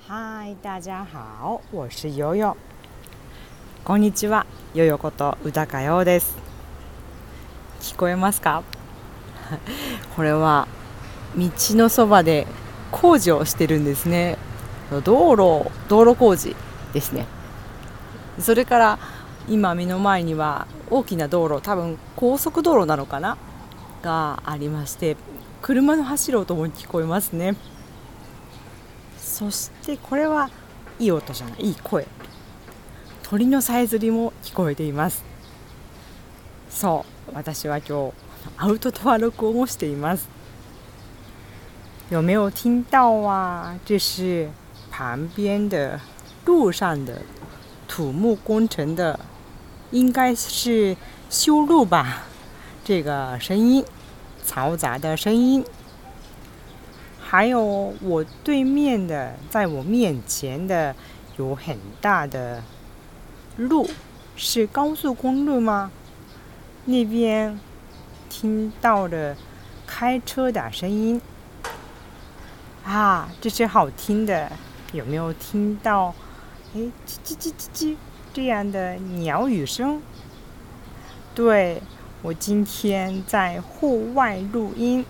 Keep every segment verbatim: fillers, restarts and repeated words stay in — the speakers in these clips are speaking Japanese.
嗨，大家好，我是悠悠。こんにちは、悠悠こと宇高陽です。聞こえますか？これは道のそばで工事をしてるんですね。道路道路工事ですね。それから今目の前には大きな道路、多分高速道路なのかながありまして、車の走る音も聞こえますね。そしてこれはいい音じゃない、いい声。鳥のさえずりも聞こえています。そう、私は今日アウトドア録音をしています。有没有听到啊？这是旁边的路上的土木工程的，应该是修路吧？这个声音，嘈杂的声音。还有我对面的，在我面前的有很大的路，是高速公路吗？那边听到了开车的声音啊，这是好听的。有没有听到哎叽叽叽叽叽这样的鸟语声？对，我今天在户外录音。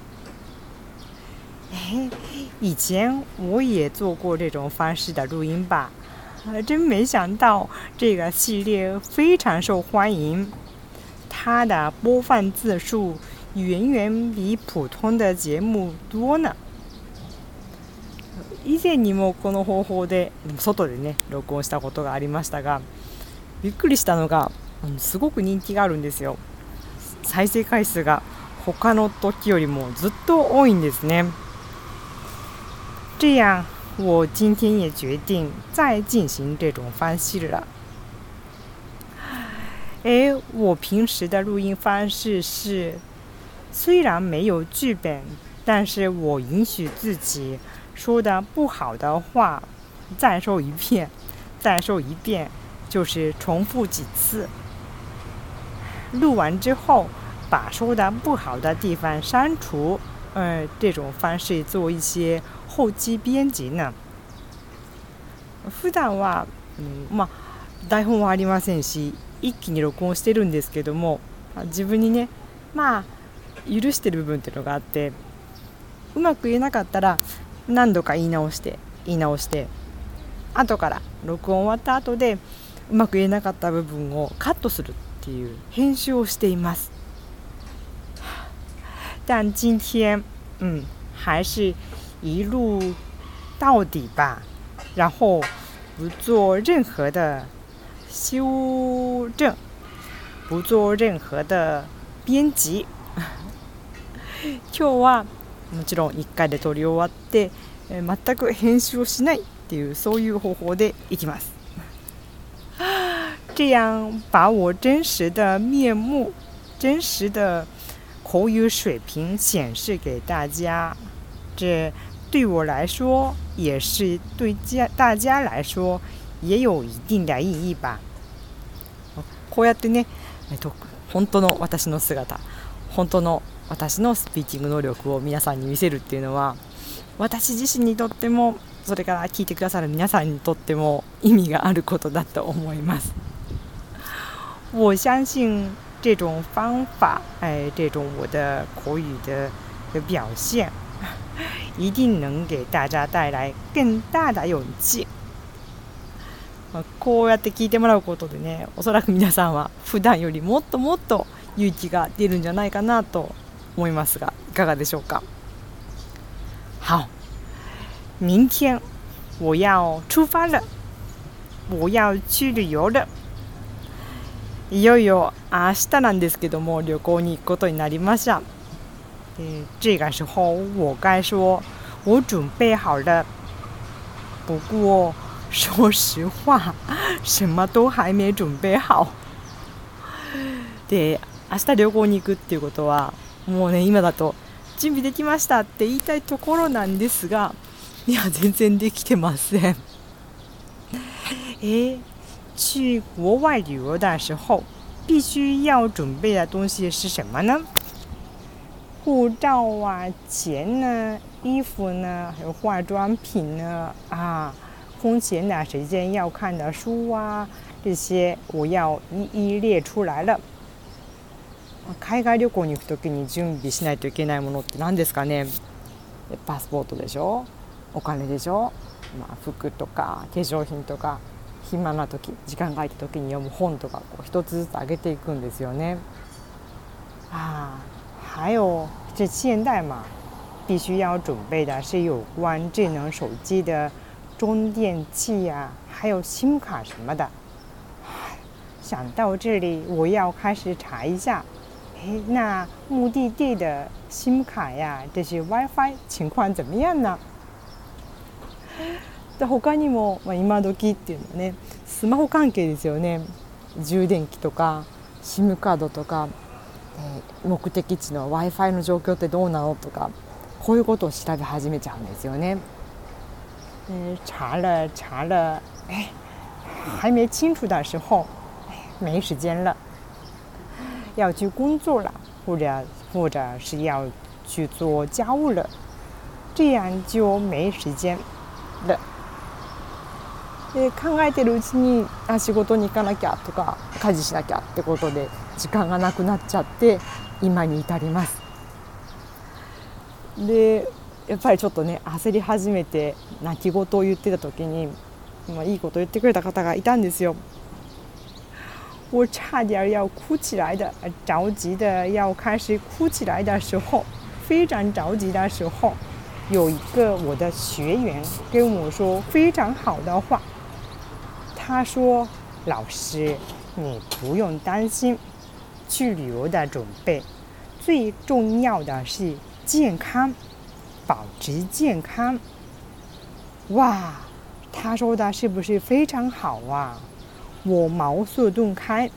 以前我也做过这种方式的录音吧，真没想到这个系列非常受欢迎，它的播放次数远远比普通的节目多呢。以前にもこの方法で外でね録音したことがありましたが、びっくりしたのがすごく人気があるんですよ。再生回数が他の時よりもずっと多いんですね。这样我今天也决定再进行这种方式了。诶，我平时的录音方式是，虽然没有剧本，但是我允许自己说的不好的话再说一遍，再说一遍，就是重复几次。录完之后把说的不好的地方删除，呃，这种方式做一些後期編輯な。普段は、うん、まあ台本はありませんし、一気に録音してるんですけども、自分にね、まあ許してる部分っていうのがあって、うまく言えなかったら何度か言い直して言い直して後から録音終わった後でうまく言えなかった部分をカットするっていう編集をしています。但今天嗯还是一路到底吧，然后不做任何的修正，不做任何的編輯。今日はもちろんいっかいで撮り終わって、えー、全く編集をしないっていうそういう方法でいきます。这样把我真实的面目、真实的口语水平显示给大家，这对我来说也是对大家来说也有一定的意義吧。こうやってね、えっと、本当の私の姿、本当の私のスピーキング能力を皆さんに見せるっていうのは、私自身にとっても、それから聞いてくださる皆さんにとっても意味があることだと思います。我相信这种方法，哎，这种我的口语的的表现，一定能给大家带来更大的勇気。こうやって聞いてもらうことでね、おそらく皆さんは普段よりもっともっと勇気が出るんじゃないかなと思いますが、いかがでしょうか。好，明天我要出发了，我要去旅游了。いよいよ明日なんですけども、旅行に行くことになりました。え这个时候我该说我准备好了，不过说实话什么都还没準備好。で、明日旅行に行くっていうことはもうね、今だと準備できましたって言いたいところなんですが、いや全然できてません。え去国外旅游的时候必须要准备的东西是什么呢？护照啊、钱呢、 衣服呢，还有化妆品呢，啊，空闲的时间要看的书啊，这些我要一一列出来了。海外旅行に行くときに準備しないといけないものって何ですかね。パスポートでしょ、お金でしょ、まあ、服とか化粧品とか、暇な時、時間が空いた時に読む本とかこう一つずつ上げていくんですよね。啊，还有这现代嘛，必须要准备的是有关智能手机的充电器呀、啊，还有 SIM 卡什么的。想到这里，我要开始查一下。诶，那目的地的 SIM 卡や这些 Wi-Fi 情況怎麼樣な。で他にも、まあ、今時っていうのはね、スマホ関係ですよね。充電器とか SIM カードとか、えー、目的地の Wi-Fi の状況ってどうなのとか、こういうことを調べ始めちゃうんですよね。嗯，查了查了，哎，还没清楚的时候，没时间了。要去工作了，或者或者是要去做家务了，这样就没时间了。で考えてるうちにあ仕事に行かなきゃとか家事しなきゃってことで時間がなくなっちゃって今に至ります。でやっぱりちょっとね焦り始めて泣き言を言ってた時に、まあ、いいこと言ってくれた方がいたんですよ。我差点要哭起来的，着急的要开始哭起来的时候，非常着急的时候，有一个我的学员跟我说非常好的话。他说：“老师，你不用担心，去旅游的准备，最重要的是健康，保持健康。”哇，他说的是不是非常好啊？我茅塞頓開。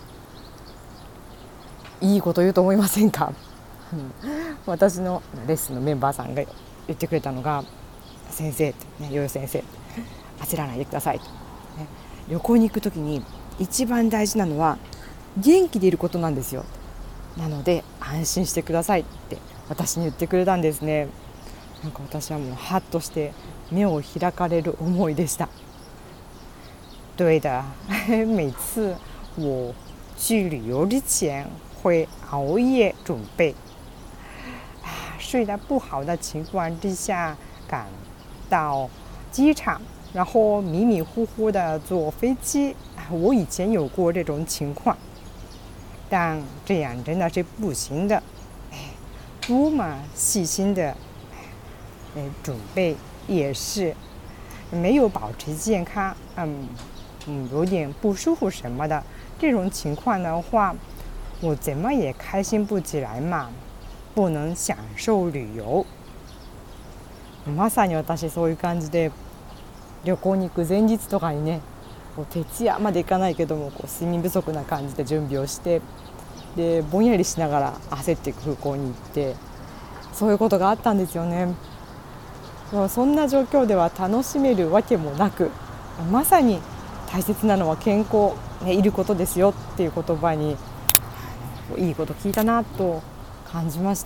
いいこと言うと思いませんか。私のレッスンのメンバーさんが言ってくれたのが、先生、ね、ヨヨ先生、焦らないでくださいと、ね、旅行に行くときに一番大事なのは元気でいることなんですよ。なので安心してくださいって私に言ってくれたんですね。なんか私はもうハッとして目を開かれる思いでした。对的，每次我去旅游之前会熬夜准备，睡得不好的情况之下赶到机场，然后迷迷糊糊的坐飞机。我以前有过这种情况，但这样真的是不行的。多么细心的准备也是没有保持健康，嗯。嗯，有点不舒服什么的，这种情况的话，我怎么也开心不起来嘛，不能享受旅遊。まさに私そういう感じで、旅行に行く前日とかにね、こう徹夜まで行かないけどもこう睡眠不足な感じで準備をして、でぼんやりしながら焦って空港に行って、そういうことがあったんですよね。そんな状況では楽しめるわけもなく、まさに大切なのは健康、ね、いることですよっていう言葉にいいこと聞いたなと感じました。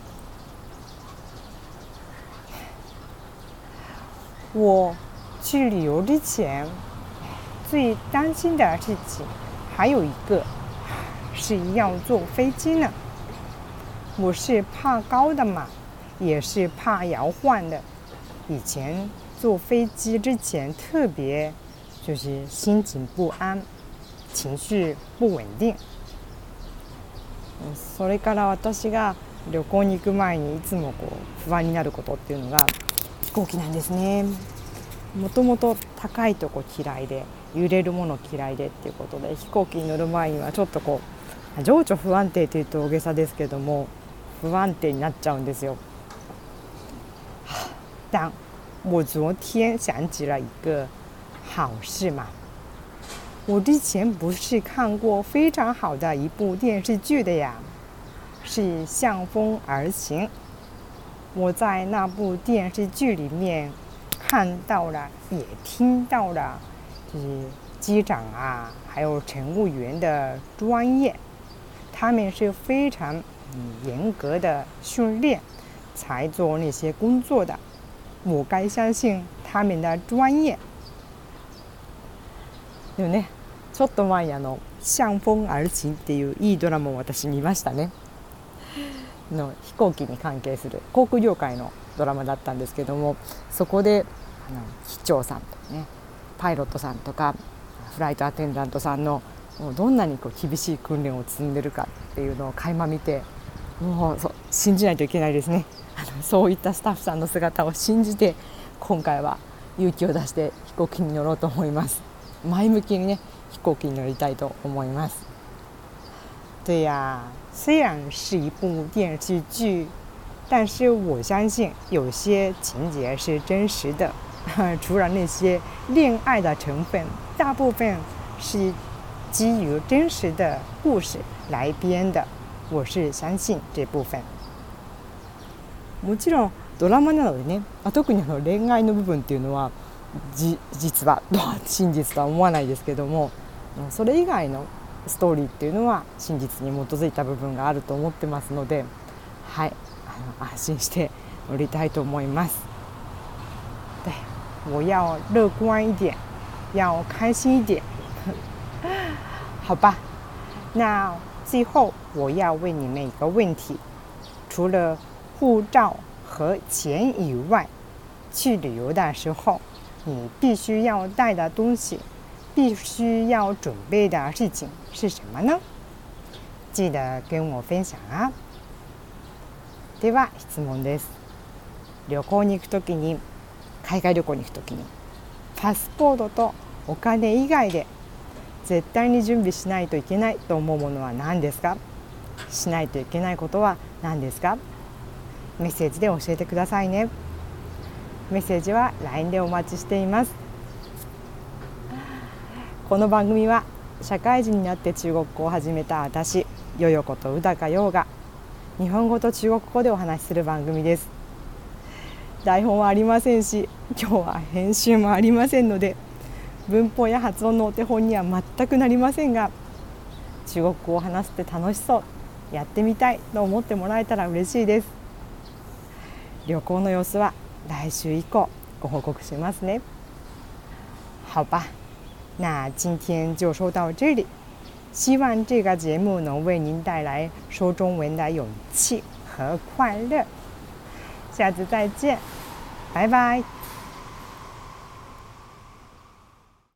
我去旅游之前最担心的事情还有一个是要坐飞机呢。我是怕高的嘛，也是怕摇晃的。以前坐飞机之前特别就是心情不安、情緒不穩定。それから私が旅行に行く前にいつもこう不安になることっていうのが飛行機なんですね。もともと高いとこ嫌いで、揺れるもの嫌いでっていうことで、飛行機に乗る前にはちょっとこう情緒不安定というと大げさですけども不安定になっちゃうんですよ。但我昨天想起了一个好事嘛，我之前不是看过非常好的一部电视剧的呀，是《向风而行》。我在那部电视剧里面看到了，也听到了，就是机长啊，还有乘务员的专业，他们是非常严格的训练， 才做那些工作的，我该相信他们的专业。でもね、ちょっと前にあの「向風而行」っていういいドラマを私見ましたね。の飛行機に関係する航空業界のドラマだったんですけども、そこであの機長さんとかね、パイロットさんとかフライトアテンダントさんのもうどんなにこう厳しい訓練を積んでるかっていうのを垣間見て、もうそう信じないといけないですね。あのそういったスタッフさんの姿を信じて、今回は勇気を出して飛行機に乗ろうと思います。前向きにね、飛行機に乗りたいと思います。对呀，虽然是一部电视剧，但是我相信有些情节是真实的。除了那些恋爱的成分，大部分是基于真实的故事来编的。我是相信这部分。もちろんドラマなのでね、特にあの恋愛の部分っていうのはじ実は真実とは思わないですけども、それ以外のストーリーっていうのは真実に基づいた部分があると思ってますので、はい、あの安心して乗りたいと思います。对，我要乐观一点，要开心一点。好吧，那最后我要问你们一个问题：除了护照和钱以外，去旅游的时候，你必须要带的东西，必须要准备的事情是什么呢？记得跟我分享啊。では質問です。旅行に行くときに、海外旅行に行くときに、パスポートとお金以外で絶対に準備しないといけないと思うものは何ですか？しないといけないことは何ですか？メッセージで教えてくださいね。メッセージは ライン でお待ちしています。この番組は社会人になって中国語を始めた私、よよこと宇高陽が日本語と中国語でお話しする番組です。台本はありませんし、今日は編集もありませんので、文法や発音のお手本には全くなりませんが、中国語を話すって楽しそう、やってみたいと思ってもらえたら嬉しいです。旅行の様子は来週以降ご報告しますね。好吧，那今天就说到这里。希望这个节目能为您带来说中文的勇气和快乐。下次再见，拜拜。